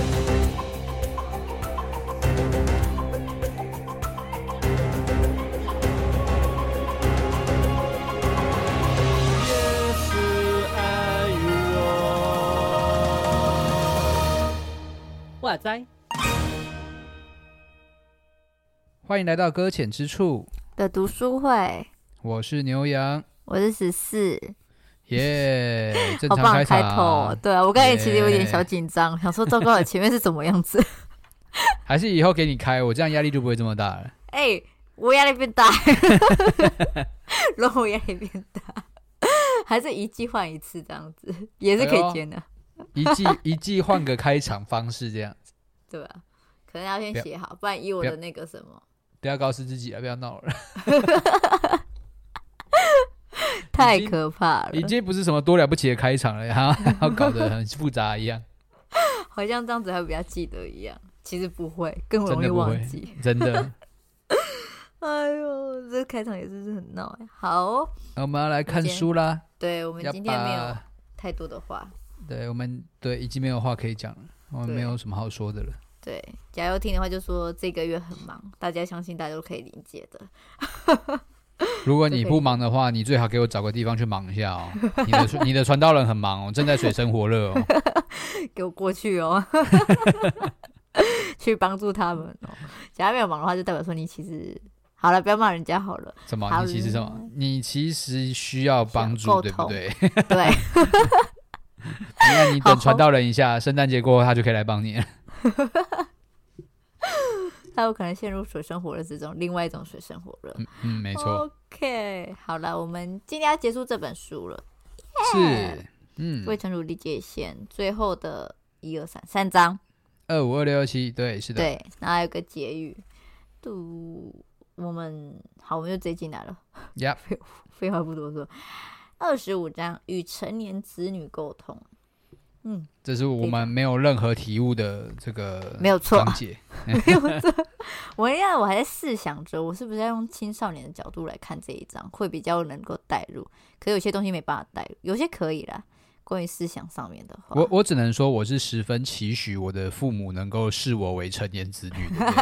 哇塞！ 欢迎来到搁浅之处的读书会， 我是牛羊， 我是14， 耶、正好棒常开场开头。对啊，我刚才其实有点小紧张，想说糟糕了，前面是怎么样子？ 还是以后给你开，我这样压力就不会这么大了。 我压力变大，让我压力变大，还是一季换一次这样子，也是可以接的。 一季换个开场方式这样子， 对啊，可能要先写好，不然以我的那个什么， 不要告诉自己了，不要闹了。 太可怕了， 已经不是什么多了不起的开场了，要搞得很复杂一样， 好像这样子还比较记得一样，其实不会，更容易忘记， 真的。 哎呦，这开场也是很闹哎。好哦， 我们要来看书啦。 对，我们今天没有太多的话。 对，我们已经没有话可以讲了，我们没有什么好说的了。 对，假如听的话就说这个月很忙，大家相信大家都可以理解的。 如果你不忙的话，你最好给我找个地方去忙一下哦。你的传道人很忙哦，正在水深火热哦。 给我过去哦，去帮助他们哦。假如没有忙的话，就代表说你其实好了，不要骂人家好了。 什么？你其实什么？你其实需要帮助，对不对？ 对。 你看，你等传道人一下，圣诞节过后他就可以来帮你了。 他有可能陷入水深火热之中，另外一种水深火热。 没错。 OK， 好了，我们今天要结束这本书了。 是， 未曾努力界限，最后的3章 ，25267，对，是的。 对，然后还有个结语。我们就直接进来了。废话不多说。25章与成年子女沟通。 这是我们没有任何体悟的这个没有错章节。 没有错。我还在试想着，我是不是要用青少年的角度来看这一章，会比较能够带入。可是有些东西没办法带入，有些可以啦。关于思想上面的话， 我只能说，我是十分期许我的父母能够视我为成年子女的。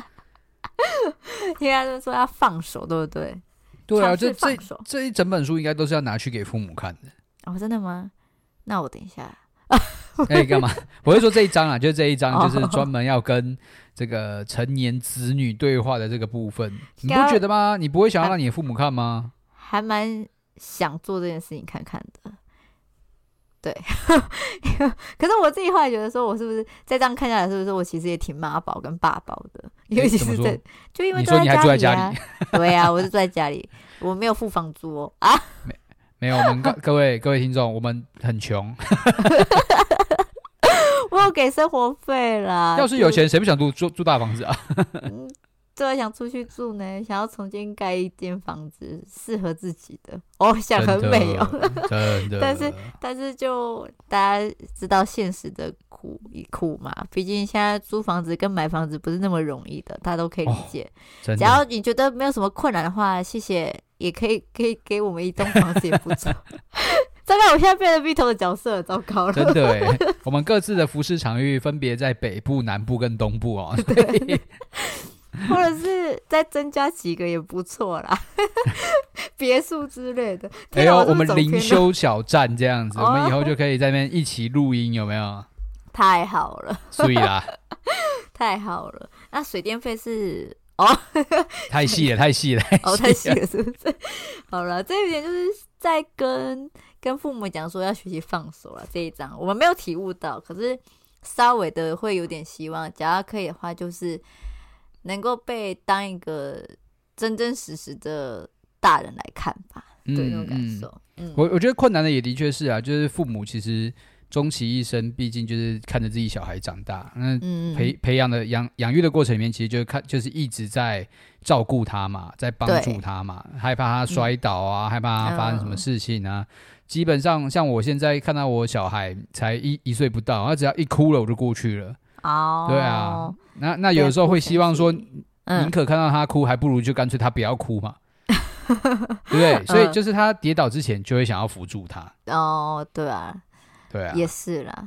因为他就说要放手，对不对？ 对啊，这一整本书应该都是要拿去给父母看的。 哦，真的吗？那我等一下。 干嘛？我会说这一章啊，就这一章就是专门要跟这个成年子女对话的这个部分，你不觉得吗？你不会想要让你的父母看吗？ 还蛮想做这件事情看看的。对。可是我自己后来觉得说，我是不是再这样看下来，是不是我其实也挺妈宝跟爸宝的？尤其是就因为你说你还住在家里。 对啊，我是住在家里，我没有付房租哦。 没有，我们各位听众，我们很穷。 我有给生活费啦。 要是有钱，谁不想住大房子啊？ 对，想出去住呢，想要重新盖一间房子，适合自己的。想很美哦。 真的。 但是就大家知道现实的苦嘛，毕竟现在租房子跟买房子不是那么容易的，大家都可以理解。只要你觉得没有什么困难的话，谢谢，也可以给我们一栋房子也不错。糟糕，我现在变成 Vito 的角色了，糟糕了。 真的耶，我们各自的服侍场域分别在北部、南部跟东部哦。 对。或者是再增加几个也不错啦。别墅之类的。 我们灵修小站这样子，我们以后就可以在那边一起录音，有没有？ 太好了。 所以啦。太好了。那水电费是太细了。 太细了是不是？好了，这一点就是在跟父母讲说要学习放手了。这一章我们没有体悟到，可是稍微的会有点希望。假如可以的话，就是能够被当一个真真实实的大人来看吧。对，那种感受。 我觉得困难的也的确是啊，就是父母其实终其一生，毕竟就是看着自己小孩长大，那培养的养育的过程里面，其实就是一直在照顾他嘛，在帮助他嘛，害怕他摔倒啊，害怕他发生什么事情啊。基本上像我现在看到我小孩才一岁不到，他只要一哭了我就过去了。对啊，那有的时候会希望说，宁可看到他哭，还不如就干脆他不要哭嘛。对不对？所以就是他跌倒之前就会想要扶住他。 对啊， 对啊， 也是啦。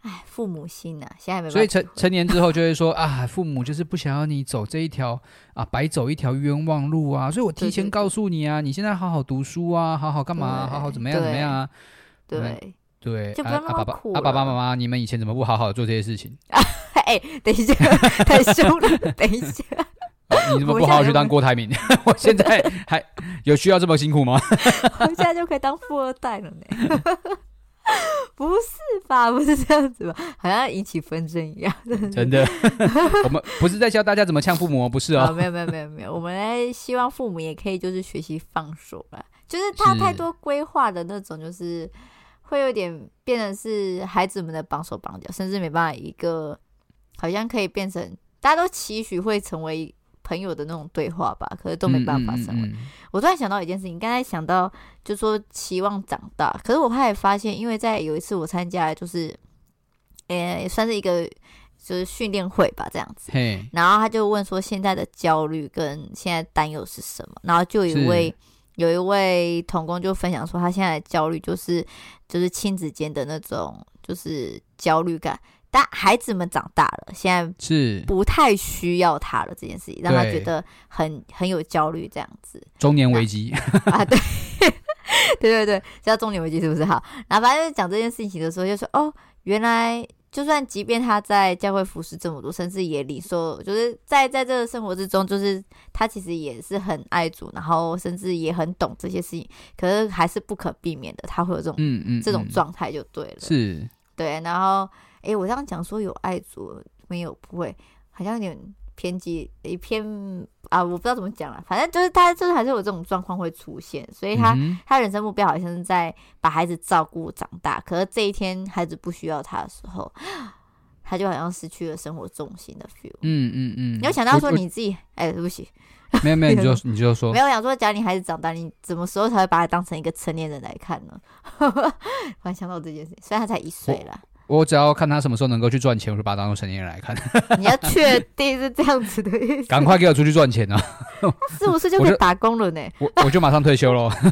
哎，父母心啊，现在没办法。 所以成年之后就会说啊，父母就是不想要你走这一条啊，白走一条冤枉路啊，所以我提前告诉你啊，你现在好好读书啊，好好干嘛，好好怎么样怎么样啊，对， 就不要那么苦了。 爸爸妈妈，你们以前怎么不好好做这些事情？ 哎，等一下，太凶了，等一下。 你怎么不好好去当郭台铭？我现在还有需要这么辛苦吗？ 我现在就可以当富二代了呢。不是吧？不是这样子吧？好像引起纷争一样。 真的，我们不是在教大家怎么呛父母，不是哦。 没有，我们来希望父母也可以就是学习放手啦。就是他太多规划的那种，就是会有点变成是孩子们的绑手绑脚，甚至没办法一个好像可以变成大家都期许会成为朋友的那种对话吧，可是都没办法成为。我突然想到一件事情，刚才想到就说期望长大，可是我后来发现，因为在有一次我参加就是算是一个就是训练会吧这样子，然后他就问说现在的焦虑跟现在担忧是什么，然后就有一位同工就分享说他现在的焦虑就是亲子间的那种就是焦虑感，但孩子们长大了，现在是不太需要他了这件事情，让他觉得很有焦虑这样子。 中年危机啊，对对，叫中年危机是不是？好，然后反正讲这件事情的时候，就说哦，原来就算即便他在教会服侍这么多，甚至也领受，就是在这个生活之中，就是他其实也是很爱主，然后甚至也很懂这些事情，可是还是不可避免的，他会有这种这种状态就对了。 是， 对，然后我这样讲说有爱主没有不会，好像有点偏啊，我不知道怎么讲了，反正就是他就是还是有这种状况会出现，所以他人生目标好像是在把孩子照顾长大，可是这一天孩子不需要他的时候，他就好像失去了生活重心的 feel。你有想到说你自己？对不起， 没有，你就说， 没有想说，假如你孩子长大，你什么时候才会把他当成一个成年人来看呢？突然想到这件事情，虽然他才1岁啦。 我只要看他什么时候能够去赚钱，我就把他当成成年人来看。 你要确定是这样子的意思？赶快给我出去赚钱啊 ！4、5岁就可以打工了呢。 我就马上退休了。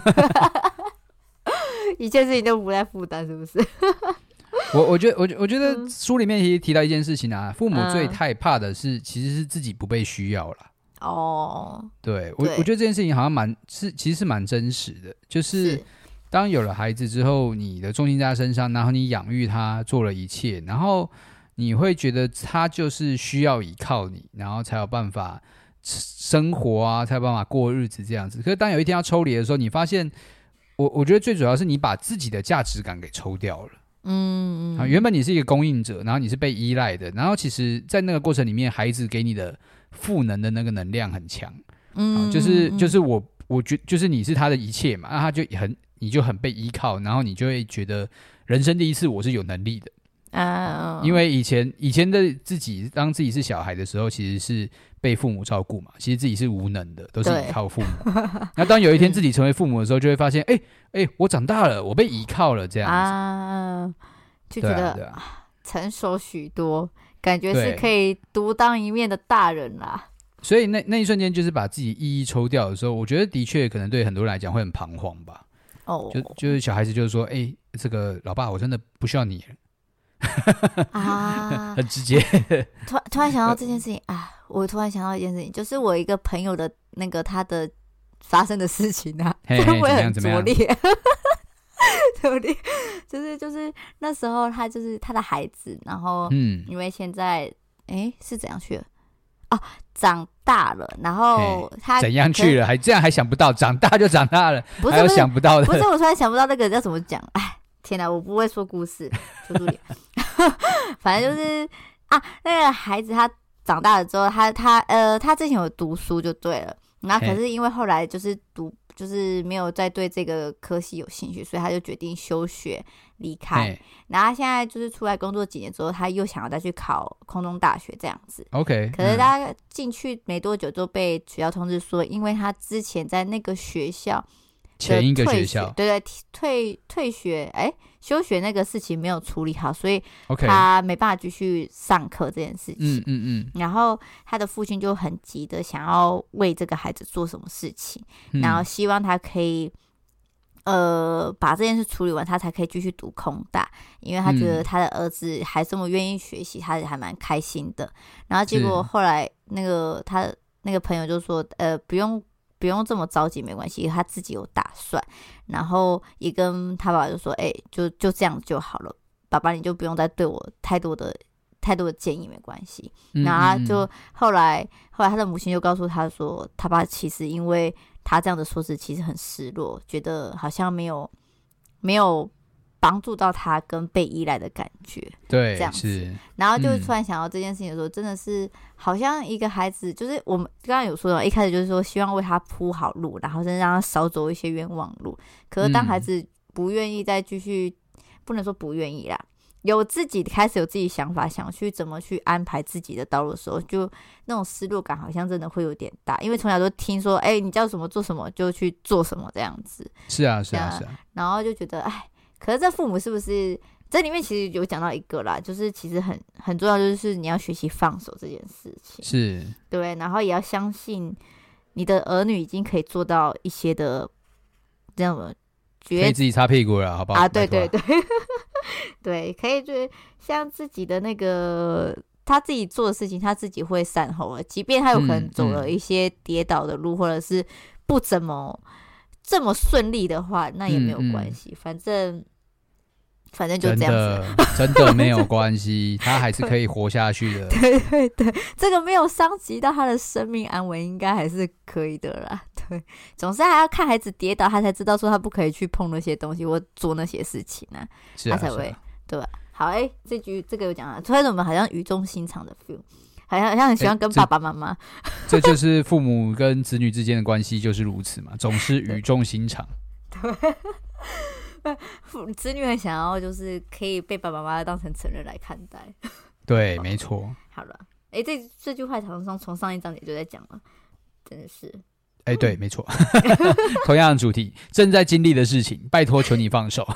一切事情都不再负担，是不是？ 我觉得书里面提到一件事情啊，父母最害怕的是其实是自己不被需要啦。哦，对，我觉得这件事情好像其实是蛮真实的，就是当有了孩子之后，你的重心在他身上，然后你养育他，做了一切，然后你会觉得他就是需要依靠你，然后才有办法生活啊，才有办法过日子这样子。可是当有一天要抽离的时候，你发现，我觉得最主要是你把自己的价值感给抽掉了。原本你是一个供应者，然后你是被依赖的，然后其实在那个过程里面，孩子给你的赋能的那个能量很强。就是我觉得就是你是他的一切嘛，那他就你就很被依靠，然后你就会觉得人生第一次我是有能力的。因为以前的自己，当自己是小孩的时候，其实是被父母照顾嘛，其实自己是无能的，都是依靠父母。那当有一天自己成为父母的时候，就会发现，我长大了，我被依靠了，这样子就觉得成熟许多，感觉是可以独当一面的大人啦。 所以那一瞬间，就是把自己意义抽掉的时候，我觉得的确可能对很多人来讲会很彷徨吧。就是小孩子就是说，这个老爸，我真的不需要你了。很直接。 突然想到这件事情啊，我突然想到一件事情，就是我一个朋友的那个他的发生的事情啊，我很拙劣。就是那时候他就是他的孩子，然后因为现在是怎样去了？长大了，然后他怎样去了？这样还想不到，长大就长大了，还有想不到的。 不是，我突然想不到那个要怎么讲。天哪，我不会说故事，求助理。反正就是那个孩子他长大了之后，他之前有读书就对了，然后可是因为后来就是没有再对这个科系有兴趣，所以他就决定休学离开。然后他现在就是出来工作几年之后，他又想要再去考空中大学这样子。 OK， 可是他进去没多久就被学校通知说，因为他之前在那个学校前一个学校， 对，退学休学那个事情没有处理好，所以他没办法继续上课这件事情。然后他的父亲就很急的想要为这个孩子做什么事情，然后希望他可以把这件事处理完，他才可以继续读空大，因为他觉得他的儿子还这么愿意学习，他还蛮开心的。然后结果后来他那个朋友就说，不用这么着急，没关系，他自己有打算。然后也跟他爸爸就说，就这样就好了，爸爸你就不用再对我太多的建议，没关系。然后他就后来他的母亲就告诉他说，他爸其实因为他这样的说辞其实很失落，觉得好像没有帮助到他跟被依赖的感觉， 对， 这样子是。 然后就突然想到这件事情的时候，真的是好像一个孩子，就是我们刚刚有说到，一开始就是说希望为他铺好路，然后甚至让他少走一些冤枉路。可是当孩子不愿意再继续，不能说不愿意啦，开始有自己想法，想去怎么去安排自己的道路的时候，就那种失落感好像真的会有点大，因为从小都听说，你叫什么做什么就去做什么这样子。 是啊。 然后就觉得，可是这父母是不是这里面其实有讲到一个啦，就是其实很重要，就是你要学习放手这件事情， 是对，然后也要相信你的儿女已经可以做到一些的这样的可以自己擦屁股了，好不好？ 对对，可以就是像自己的那个他自己做的事情，他自己会善后了，即便他有可能走了一些跌倒的路，或者是不怎么这么顺利的话，那也没有关系，反正就这样子， 真的没有关系，他还是可以活下去的。 对，这个没有伤及到他的生命安危，应该还是可以的啦。对，总是还要看孩子跌倒，他才知道说他不可以去碰那些东西或做那些事情啊，他才会对吧？好，这个有讲了，所以我们好像语重心长的 feel， 好像很喜欢跟爸爸妈妈。 这就是父母跟子女之间的关系就是如此嘛，总是语重心长。 对。子女很想要就是可以被爸爸妈妈当成成人来看待。 对，没错。 好了，这句话常常从上一章节就在讲了，真的是。 对，没错。同样的主题，正在经历的事情，拜托求你放手。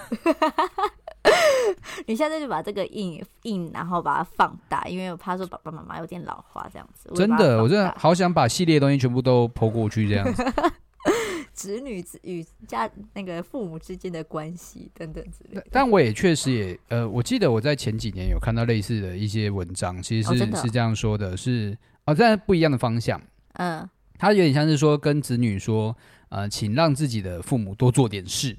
你现在就把这个印，然后把它放大，因为我怕说爸爸妈妈有点老化这样子。 真的，我真的好想把系列的东西全部都抛过去这样子。 子女与那个父母之间的关系等等之类的。 但我也确实也我记得我在前几年有看到类似的一些文章，其实是这样说的，是但不一样的方向。它有点像是说跟子女说，请让自己的父母多做点事。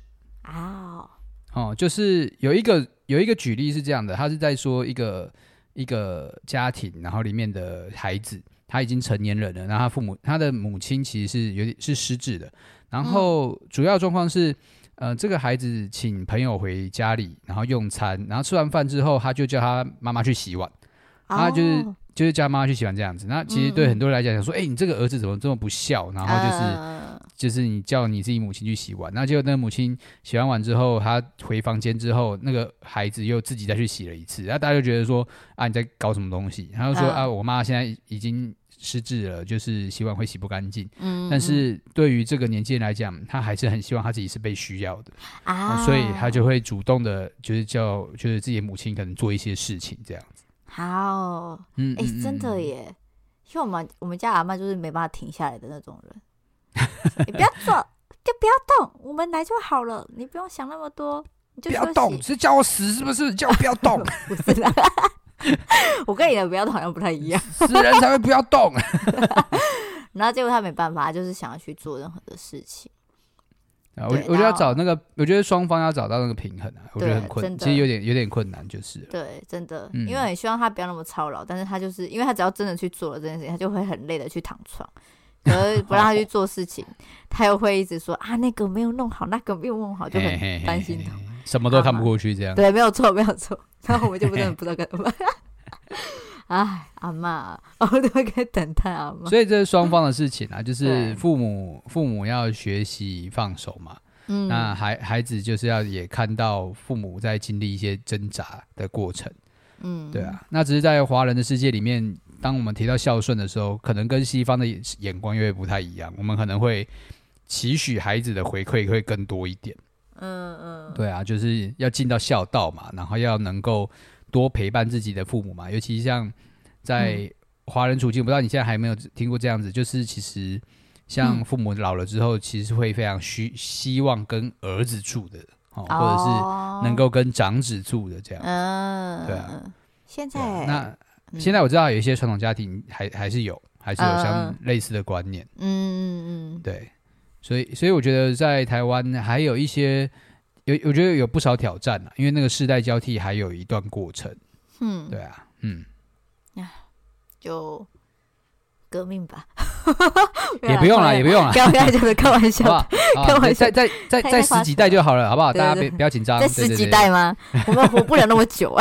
就是有一个举例是这样的，他是在说一个家庭，然后里面的孩子他已经成年人了，然后他的母亲其实是失智的，然后主要状况是这个孩子请朋友回家里，然后用餐，然后吃完饭之后，他就叫他妈妈去洗碗，他就是叫妈妈去洗碗这样子。那其实对很多人来讲，想说，你这个儿子怎么这么不孝？然后就是你叫你自己母亲去洗碗，那结果那个母亲洗完碗之后，他回房间之后，那个孩子又自己再去洗了一次，然后大家就觉得说，你在搞什么东西？他就说我妈现在已经失智了，就是洗碗会洗不干净。但是对于这个年纪人来讲，他还是很希望他自己是被需要的所以他就会主动的，就是就是自己的母亲可能做一些事情这样子。 好，真的耶，因为我们家阿嬷就是没办法停下来的那种人。你不要做，就不要动，我们来就好了，你不用想那么多，你就休息。 不要动，是叫我死是不是？叫我不要动。 不是啦，我跟你的不要动好像不太一样。 死人才会不要动。 然后结果他没办法，他就是想要去做任何的事情。 我觉得要找那个，我觉得双方要找到那个平衡我觉得很困难，其实有点困难，就是对，真的，因为很希望他不要那么操劳，但是他就是因为他只要真的去做了这件事情，他就会很累的去躺床，可是不让他去做事情，他又会一直说那个没有弄好，那个没有弄好，就很担心他， 什么都看不过去这样。 对，没有错，然后我们就真的不知道该怎么办。阿嬷，我都会该等待阿嬷。 所以这是双方的事情就是父母要学习放手嘛。那孩子就是要也看到父母在经历一些挣扎的过程。对啊。那只是在华人的世界里面，当我们提到孝顺的时候，可能跟西方的眼光又会不太一样。我们可能会期许孩子的回馈会更多一点。对啊，就是要尽到孝道嘛，然后要能够多陪伴自己的父母嘛，尤其像在华人处境，我不知道你现在还没有听过这样子，就是其实像父母老了之后，其实会非常希望跟儿子住的，或者是能够跟长子住的这样。对啊。 现在现在我知道有一些传统家庭还是有像类似的观念。对，所以我觉得在台湾还有一些我觉得有不少挑战，因为那个世代交替还有一段过程。对啊。 就革命吧。 也不用啦， 开玩笑，开玩笑， 再10几代就好了，好不好？大家不要紧张。 再10几代吗？我们活不了那么久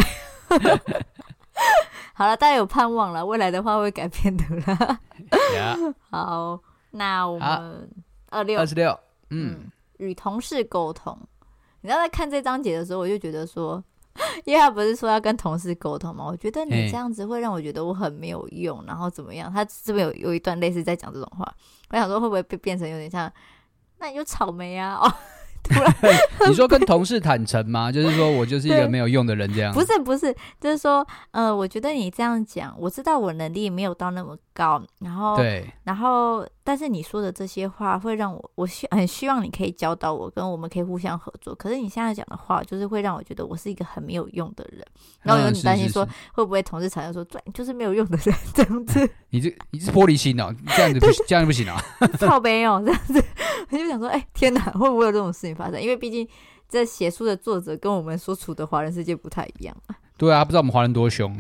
好了，大家有盼望了，未来的话会改变的啦。好，那我们26，与同事沟通。你知道在看这章节的时候，我就觉得说，因为他不是说要跟同事沟通吗？我觉得你这样子会让我觉得我很没有用，然后怎么样？他这边有一段类似在讲这种话，我想说会不会变成有点像，那你就草莓啊？突然你说跟同事坦诚吗？就是说我就是一个没有用的人这样？ 不是，就是说，我觉得你这样讲，我知道我能力没有到那么高，然后，但是你说的这些话会让我很希望你可以教导我，跟我们可以互相合作。可是你现在讲的话，就是会让我觉得我是一个很没有用的人，然后有点担心说会不会同事常常说，对，就是没有用的人这样子。你是玻璃心哦，这样不行啊， 草莓哦，这样子，我就想说，天哪，会不会有这种事情发生？因为毕竟这写书的作者跟我们所处的华人世界不太一样。 对啊，他不知道我们华人多凶，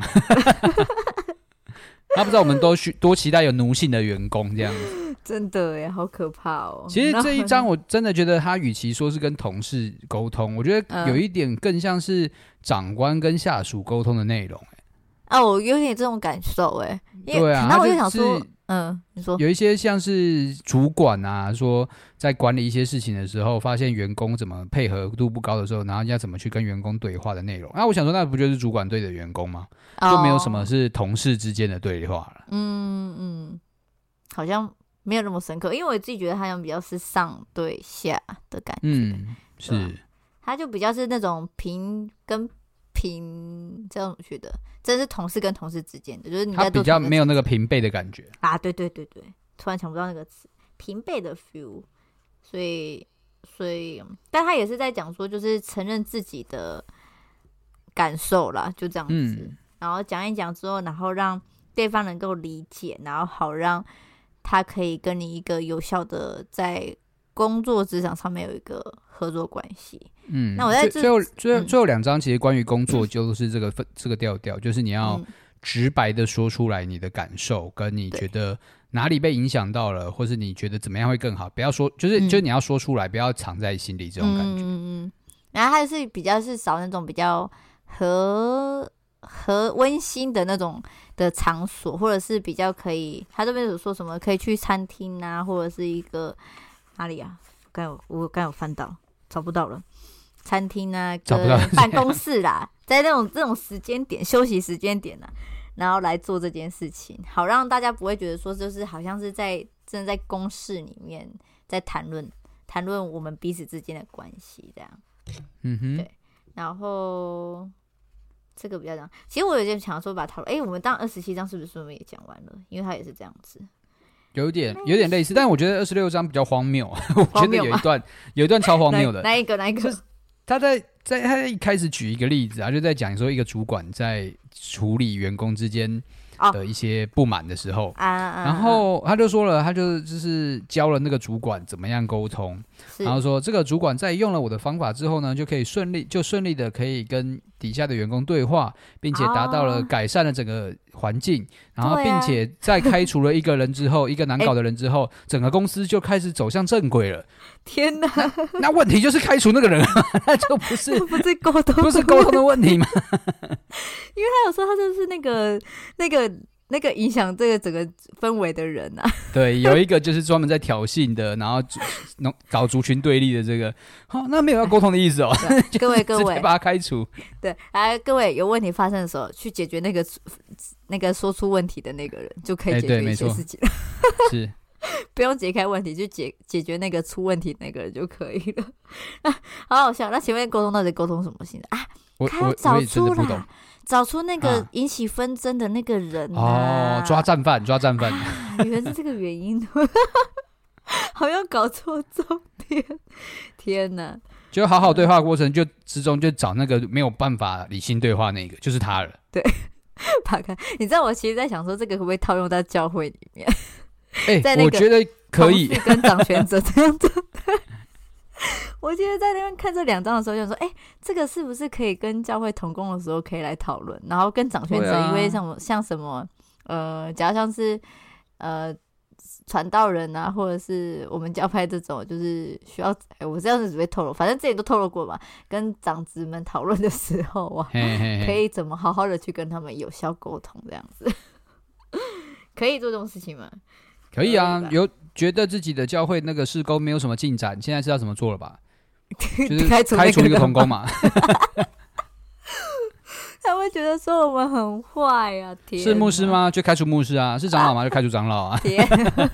他不知道我们多期待有奴性的员工这样子。 真的耶，好可怕哦。 其实这一章我真的觉得他与其说是跟同事沟通，我觉得有一点更像是长官跟下属沟通的内容。 我有点这种感受哎。 对啊， 然后我就想说，你说有一些像是主管啊，说在管理一些事情的时候，发现员工怎么配合度不高的时候，然后要怎么去跟员工对话的内容。我想说，那不就是主管对的员工吗？就没有什么是同事之间的对话了。 好像没有那么深刻，因为我自己觉得他好像比较是上对下的感觉。 是， 他就比较是那种平跟平这种觉得，这是同事跟同事之间的，就是你在他比较没有那个平辈的感觉啊。对，突然想不到那个词，平辈的 feel。所以，但他也是在讲说，就是承认自己的感受啦，就这样子。然后讲一讲之后，然后让对方能够理解，然后好让他可以跟你一个有效的在工作职场上面有一个合作关系。那我在最后 2章其实关于工作就是这个调调，就是你要直白的说出来你的感受，跟你觉得哪里被影响到了，或是你觉得怎么样会更好，不要说就是你要说出来，不要藏在心里这种感觉。 然后他是比较是找那种比较和温馨的那种的场所，或者是比较可以，他这边有说什么可以去餐厅啊，或者是一个哪里啊？我刚有翻到，找不到了。餐厅啊，跟办公室啦，在这种时间点、休息时间点啊，然后来做这件事情，好让大家不会觉得说，就是好像是真的在公室里面在谈论我们彼此之间的关系这样。对。然后这个比较这样，其实我有点想说把它讨论，我们当27章是不是顺便也讲完了？因为它也是这样子。有点类似，但我觉得26章比较荒谬。我觉得有一段超荒谬的。 哪一个？ 他他一开始举一个例子，他就在讲说一个主管在处理员工之间的一些不满的时候，然后他就说了，他就是教了那个主管怎么样沟通，然后说这个主管在用了我的方法之后呢，就可以顺利的可以跟底下的员工对话，并且达到了改善了整个环境，然后并且在开除了一个人之后，一个难搞的人之后，整个公司就开始走向正轨了。 天哪！ 那问题就是开除那个人那就不是沟通， 不是沟通的问题吗？ 因为他有说他就是那个影响这个整个氛围的人啊。 对，有一个就是专门在挑衅的，然后搞族群对立的这个，那没有要沟通的意思哦。 各位， 直接把他开除。 对，各位有问题发生的时候，去解决那个说出问题的那个人，就可以解决一些事情。 是。 不用解开问题，就解决那个出问题的那个人就可以了。好好笑。那前面沟通到底沟通什么心啊？他要找出那个引起纷争的那个人抓战犯。 原来是这个原因。 好像搞错重点，天哪！ 就好好对话的过程之中，就找那个没有办法理性对话那个，就是他了。 对，打开。你知道我其实在想说，这个会不会套用到教会里面？ 我觉得可以。 跟掌权者这样子。我记得在那边看这2章的时候，就说：“这个是不是可以跟教会同工的时候可以来讨论？然后跟掌权者，因为像什么假如像是传道人啊，或者是我们教派这种，就是需要我这样子只会透露，反正这里都透露过嘛。跟长子们讨论的时候啊，可以怎么好好的去跟他们有效沟通，这样子可以做这种事情吗？ 可以啊，有觉得自己的教会那个事工没有什么进展，现在知道怎么做了吧？就是开除一个同工嘛。 他会觉得说我们很坏啊！天， 是牧师吗？就开除牧师啊！是长老吗？就开除长老啊！ 天，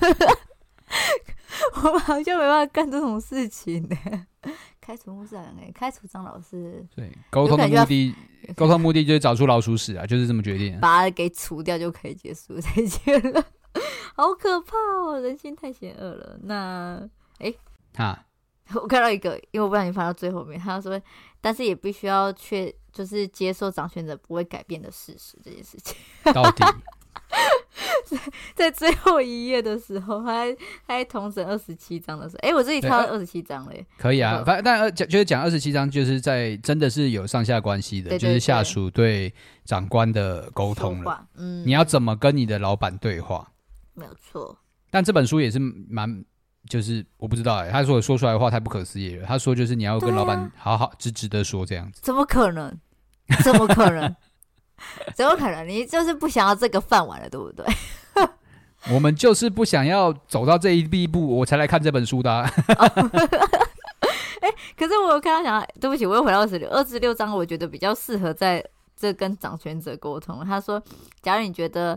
我们好像没办法干这种事情呢。开除牧师啊，开除长老是对沟通的目的就是找出老鼠屎啊，就是这么决定， 把它给除掉就可以结束这一切了。好可怕哦，人心太险恶了。那我看到一个，因为我不小心翻到最后面，他说，但是也必须要就是接受掌权者不会改变的事实这件事情。 到底在最后一页的时候，他还统整27章的时候，我这里跳到27章了耶。 可以啊，反正就是讲27章，就是在真的是有上下关系的， 对就是下属对长官的沟通了。你要怎么跟你的老板对话？ 没有错。但这本书也是就是我不知道他说出来的话太不可思议了。他说就是你要跟老板好好直直的说这样子。 怎么可能？怎么可能？怎么可能？你就是不想要这个饭碗了，对不对？ 我们就是不想要走到这一步，我才来看这本书的。 可是我有看到想，对不起，我又回到26章，我觉得比较适合在这跟掌权者沟通。他说，假如你觉得，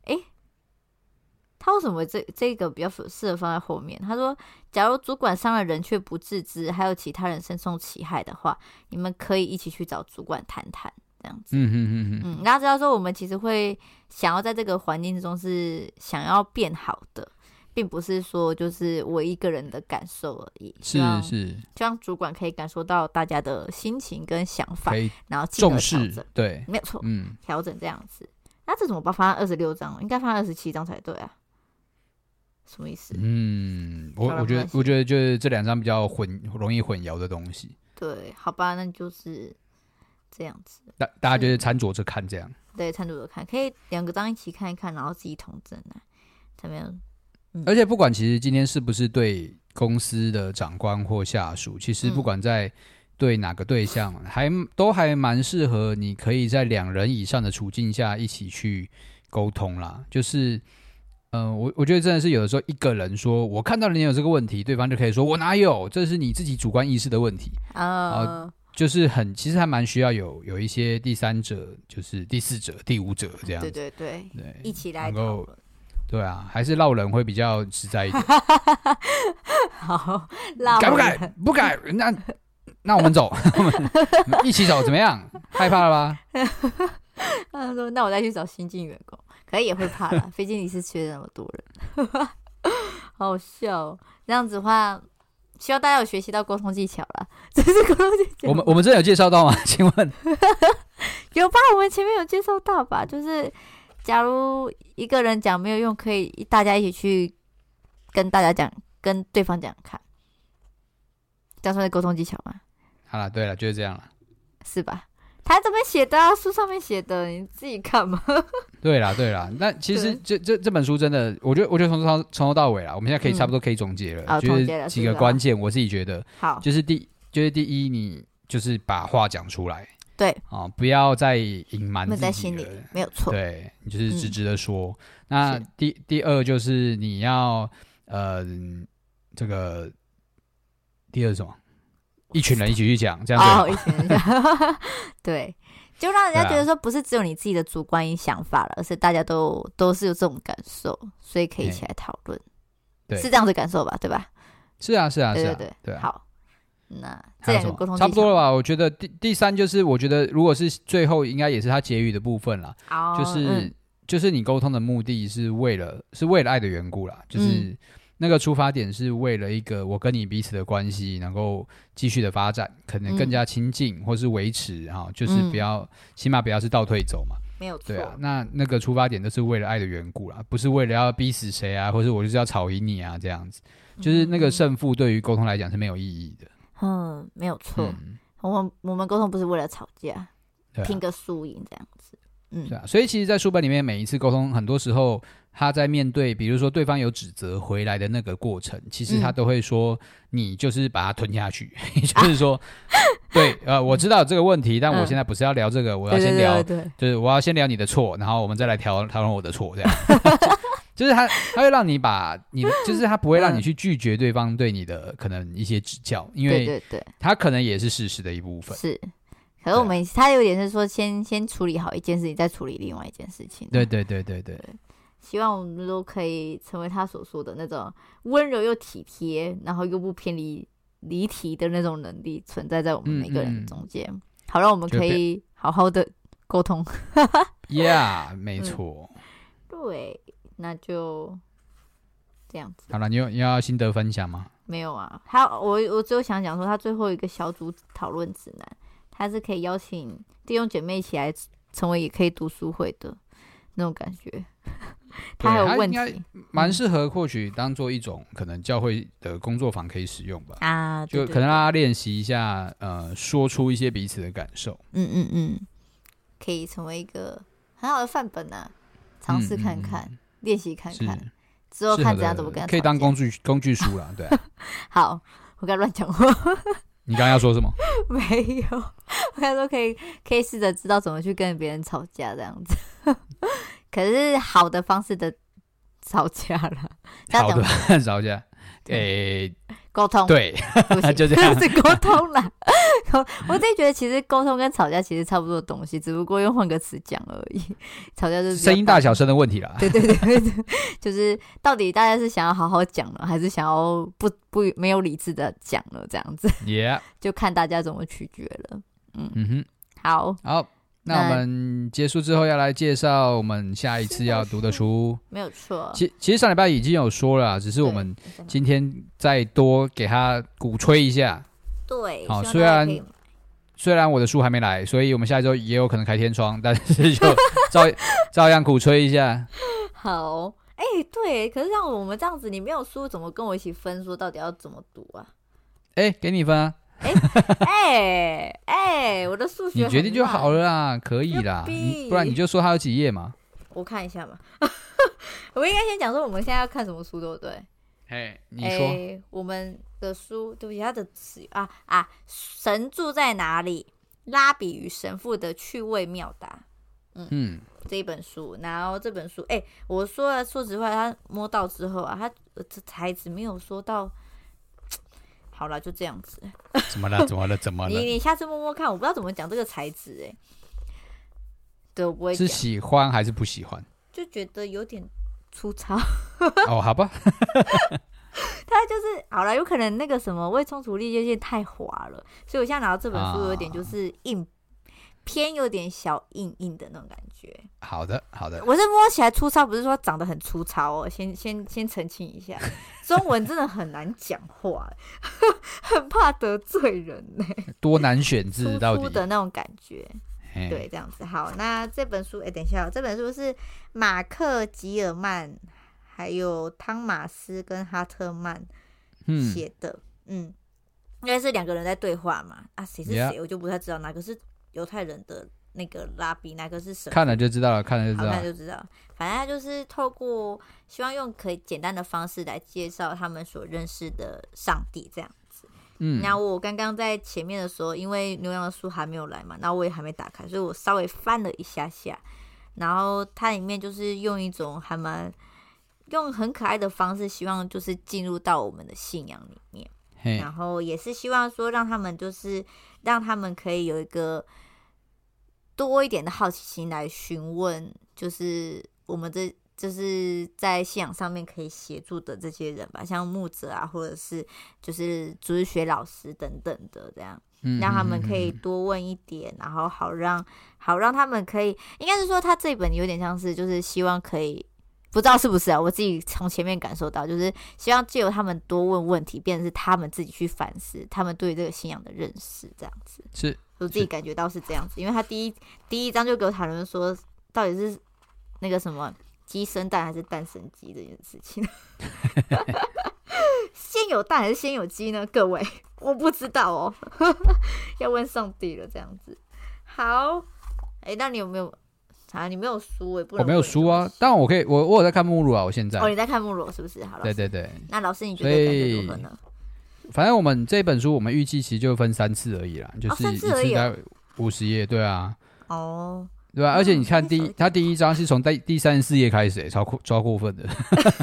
他为什么这个比较适合放在后面？他说，假如主管伤了人却不自知，还有其他人深受其害的话，你们可以一起去找主管谈谈，这样子。大家知道说，我们其实会想要在这个环境之中是想要变好的，并不是说就是我一个人的感受而已。 是， 希望主管可以感受到大家的心情跟想法，然后重视，对， 没有错，调整这样子。那这怎么把它放在26章？应该放在27章才对啊。什么意思？ 我觉得就是这2章比较容易混淆的东西。对， 好吧，那就是这样子。 大家就是参酌着看这样。 对，参酌着看，可以2个章一起看一看，然后自己统整啊，怎么样？ 而且不管其实今天是不是对公司的长官或下属，其实不管在对哪个对象，都还蛮适合你可以在2人以上的处境下一起去沟通啦。就是我觉得真的是有的时候一个人说我看到了你有这个问题，对方就可以说我哪有，这是你自己主观意识的问题就是其实还蛮需要有一些第三者，就是第4者、第5者这样子。 对，一起来讨论。 对啊，还是烙人会比较实在一点。 好， 改不改？不改，那我们走，我们一起走，怎么样？害怕了吧？ 他说：“那我再去找新进员工，可能也会怕啦，毕竟你是缺那么多人。”好好笑哦！这样子的话，希望大家有学习到沟通技巧啦。这是沟通技巧。 我们真的有介绍到吗？请问有吧？我们前面有介绍到吧？就是假如一个人讲没有用，可以大家一起去跟大家讲，跟对方讲看，这样算是沟通技巧吗？ 好了，对了，就是这样了， 是吧？他这边写的啊，书上面写的，你自己看嘛。对啦， 那其实这本书真的，我觉得从头到尾啦，我们现在可以差不多可以总结了，就是几个关键，我自己觉得， 好， 就是第一，你就是把话讲出来， 对不要再隐瞒自己了， 在心里没有错， 对，你就是直直的说。那第二就是你要这个第二是什么？一群人一起去讲，这样一群人讲，对，就让人家觉得说不是只有你自己的主观想法了，而是大家都是有这种感受，所以可以一起来讨论，是这样的感受吧，对吧？ 是啊， 对，好，那这2个沟通差不多了吧？我觉得第3就是，我觉得如果是最后应该也是他结语的部分啦，就是你沟通的目的是为了爱的缘故啦，就是那个出发点是为了一个我跟你彼此的关系能够继续的发展，可能更加亲近，或是维持就是不要，起码不要是倒退走嘛。 没有错。 对啊，那个出发点都是为了爱的缘故啦，不是为了要逼死谁啊，或是我就是要吵赢你啊这样子。就是那个胜负对于沟通来讲是没有意义的。 没有错。我们沟通不是为了吵架，拼个输赢这样子。 对啊，所以其实在书本里面每一次沟通，很多时候他在面对比如说对方有指责回来的那个过程，其实他都会说你就是把它吞下去就是说对我知道这个问题，但我现在不是要聊这个，我要先聊，就是我要先聊你的错，然后我们再来讨论我的错这样就是他会让你把你就是他不会让你去拒绝对方对你的可能一些指教，因为他可能也是事实的一部分。 是，可是我们他有点是说先处理好一件事情，再处理另外一件事情。对，希望我们都可以成为他所说的那种温柔又体贴，然后又不偏离题的那种能力存在在我们每个人中间，好让我们可以好好的沟通。 Yeah， 没错。 对，那就这样子。 好了，你要心得分享吗？ 没有啊，我只有想讲说，他最后一个小组讨论指南，他是可以邀请弟兄姐妹一起来成为也可以读书会的那种感觉。他还有问题， 蛮适合或许当做一种可能教会的工作坊可以使用吧。 对， 就可能让他练习一下，说出一些彼此的感受。 可以成为一个很好的范本啊，尝试看看，练习看看，之后看怎样怎么跟他吵架， 可以当工具书啦，对。 好，我刚乱讲话。 你刚刚要说什么？ 没有，我刚说可以试着知道怎么去跟别人吵架这样子。可是好的方式的吵架啦， 好的吵架， 沟通， 对，就这样是沟通啦。我自己觉得其实沟通跟吵架其实差不多的东西，只不过用换个词讲而已。吵架就是声音大小声的问题啦。 对，就是到底大家是想要好好讲了，还是想要不没有理智的讲了这样子。就看大家怎么取决了。好。 那我们结束之后要来介绍我们下一次要读的书。 没有错。 其实上礼拜已经有说了，只是我们今天再多给他鼓吹一下。 对， 好，虽然我的书还没来，所以我们下一周也有可能开天窗，但是就照样鼓吹一下。 好，对，可是像我们这样子，你没有书，怎么跟我一起分说到底要怎么读啊？ 给你分啊。 我的数学你决定就好了啦，可以啦，不然你就说它有几页嘛。 我看一下嘛。我应该先讲说我们现在要看什么书，对不对？ 你说。 我们的书，对不起，它的词神住在哪里？拉比与神父的趣味妙答。这一本书，然后这本书，我说实话，他摸到之后啊，他这材质没有说到。好了，就这样子。 怎么了？ 你下次摸摸看，我不知道怎么讲这个材质对，我不会讲。 是喜欢还是不喜欢？ 就觉得有点粗糙。 好吧。 它就是好了，有可能那个什么未冲突力有点太滑了，所以我现在拿到这本书有点就是硬。偏有点小硬硬的那种感觉。好的。我是摸起来粗糙，不是说长得很粗糙哦。先澄清一下，中文真的很难讲话，很怕得罪人呢。 多难选字到底。 粗粗的那种感觉。对，这样子。好，那这本书，等一下，这本书是马克·吉尔曼，还有汤马斯跟哈特曼写的。应该是两个人在对话嘛。谁是谁，我就不太知道，哪个是犹太人的那个拉比，哪个是神父？看了就知道了。反正他就是透过希望用可以简单的方式来介绍他们所认识的上帝这样子。那我刚刚在前面的时候，因为牛羊的书还没有来嘛，那我也还没打开，所以我稍微翻了一下，然后它里面就是用一种用很可爱的方式，希望就是进入到我们的信仰里面。然后也是希望说让他们可以有一个多一点的好奇心来询问，就是我们就是在信仰上面可以协助的这些人吧，像牧者啊，或者是就是主日学老师等等的这样，让他们可以多问一点，然后好让他们可以，应该是说他这一本有点像是就是希望可以不知道是不是啊？我自己从前面感受到，就是希望借由他们多问问题，变成是他们自己去反思他们对这个信仰的认识，这样子。 是， 我自己感觉到是这样子，因为他第一章就给我讨论说，到底是那个什么鸡生蛋还是蛋生鸡这件事情。先有蛋还是先有鸡呢？各位，我不知道哦，要问上帝了。这样子，好，那你有没有？啊，你没有书，我没有书啊，但我可以，我有在看目录啊，我现在。 你在看目录是不是？好了， 对。 那老师你觉得感觉如何呢？ 反正我们这本书，我们预计其实就分3次而已啦，就是一次大概50页，对啊。 哦。 对吧？而且你看他第一章是从第34页开始，超过分的。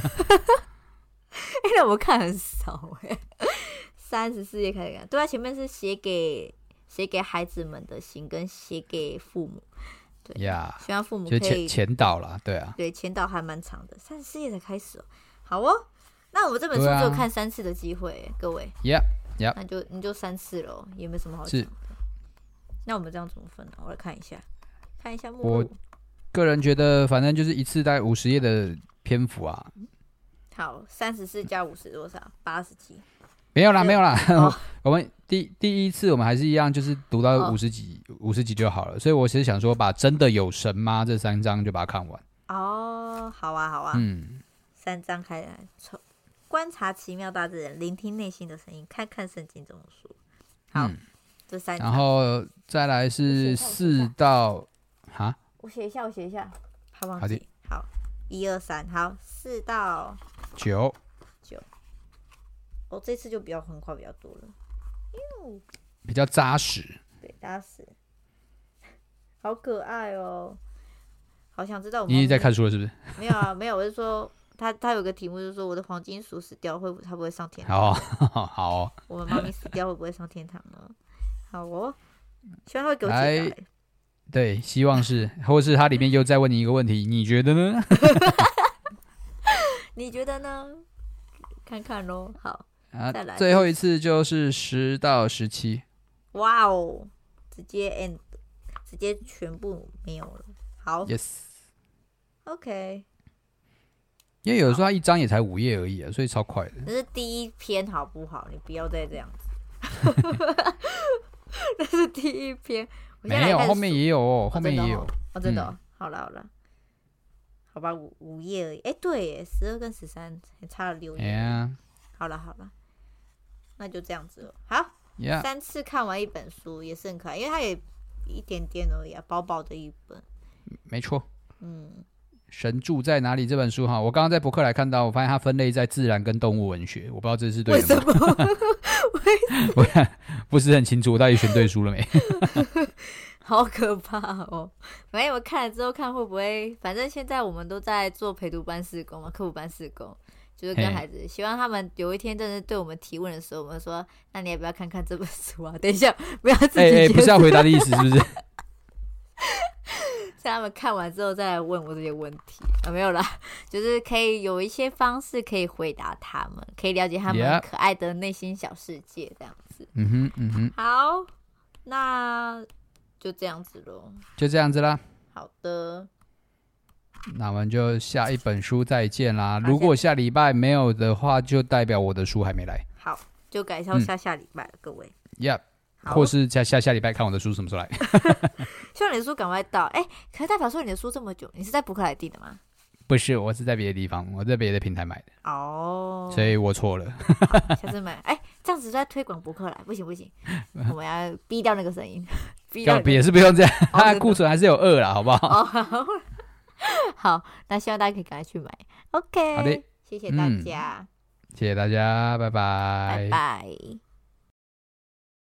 那我看很少34页开始看，对啊，前面是写给孩子们的信，跟写给父母。对呀，希望父母可以前导啦，对啊， 对，前导还蛮长的，34页才开始哦。好哦，那我们这本书就有看3次的机会，各位。 Yeah， 那你就3次了，也没什么好讲的。那我们这样怎么分呢？我来看一下目录。我个人觉得，反正就是一次大概50页的篇幅啊。 好，34加50多少？80几。 没有啦。我们第一次我们还是一样，就是读到50几就好了。所以我其实想说，把真的有神吗这3章就把它看完。 哦，好啊。3章开来，观察奇妙大自然，聆听内心的声音，看看圣经中的书。好，这3章。 然后再来是4到我写一下，怕忘记。好，1、2、3，好，4到 9。 这次就比较横跨比较多了， 比较扎实。 对，扎实，好可爱哦，好想知道你在看书了是不是？ 没有，我是说他有个题目就是说我的黄金鼠死掉它不会上天堂？ 好我们妈咪死掉会不会上天堂呢？好哦，希望他会给我解答。 对，希望是，或是他里面又再问你一个问题，你觉得呢？ 你觉得呢？看看咯。好。再来最后一次就是10到17。 哇哦，直接全部没有了。好 ，Yes， OK。 因为有的时候它一章也才5页而已啊，所以超快的。 那是第一篇好不好？你不要再这样子。那是第一篇， 没有，后面也有哦，后面也有。 真的哦，好了，好吧，5页而已。对耶，12跟13还差了6页。好了，那就这样子了。好，3次看完一本书也是很可爱，因为它也一点点而已啊，薄薄的一本。没错。 神住在哪里这本书哈，我刚刚在博客来看到，我发现它分类在自然跟动物文学，我不知道这是对的吗？为什么？我不是很清楚，我到底选对书了没？ 好可怕哦！反正我看了之后看会不会，反正现在我们都在做陪读班事工嘛，课辅班事工。就是跟孩子，希望他们有一天真的对我们提问的时候，我们说：“那你要不要看看这本书啊？”等一下，不要自己不是要回答的意思，是不是？ 在他们看完之后再来问我这些问题没有啦，就是可以有一些方式可以回答他们，可以了解他们可爱的内心小世界，这样子。好，那就这样子咯。就这样子啦。好的。 那我们就下一本书再见啦。如果下礼拜没有的话，就代表我的书还没来。 好，就改到下礼拜了，各位。 Yep， 或是下礼拜看我的书什么时候来。 希望你的书赶快到。可是代表说你的书这么久，你是在博客来订的吗？ 不是，我是在别的地方，我在别的平台买的。所以我错了。 下次买。这样子在推广博客来，不行，我们要逼掉那个声音。 也是不用这样，它的库存还是有2啦，好不好？ 好，那希望大家可以赶快去买。OK， 好的，谢谢大家， 谢谢大家，拜拜， 拜拜。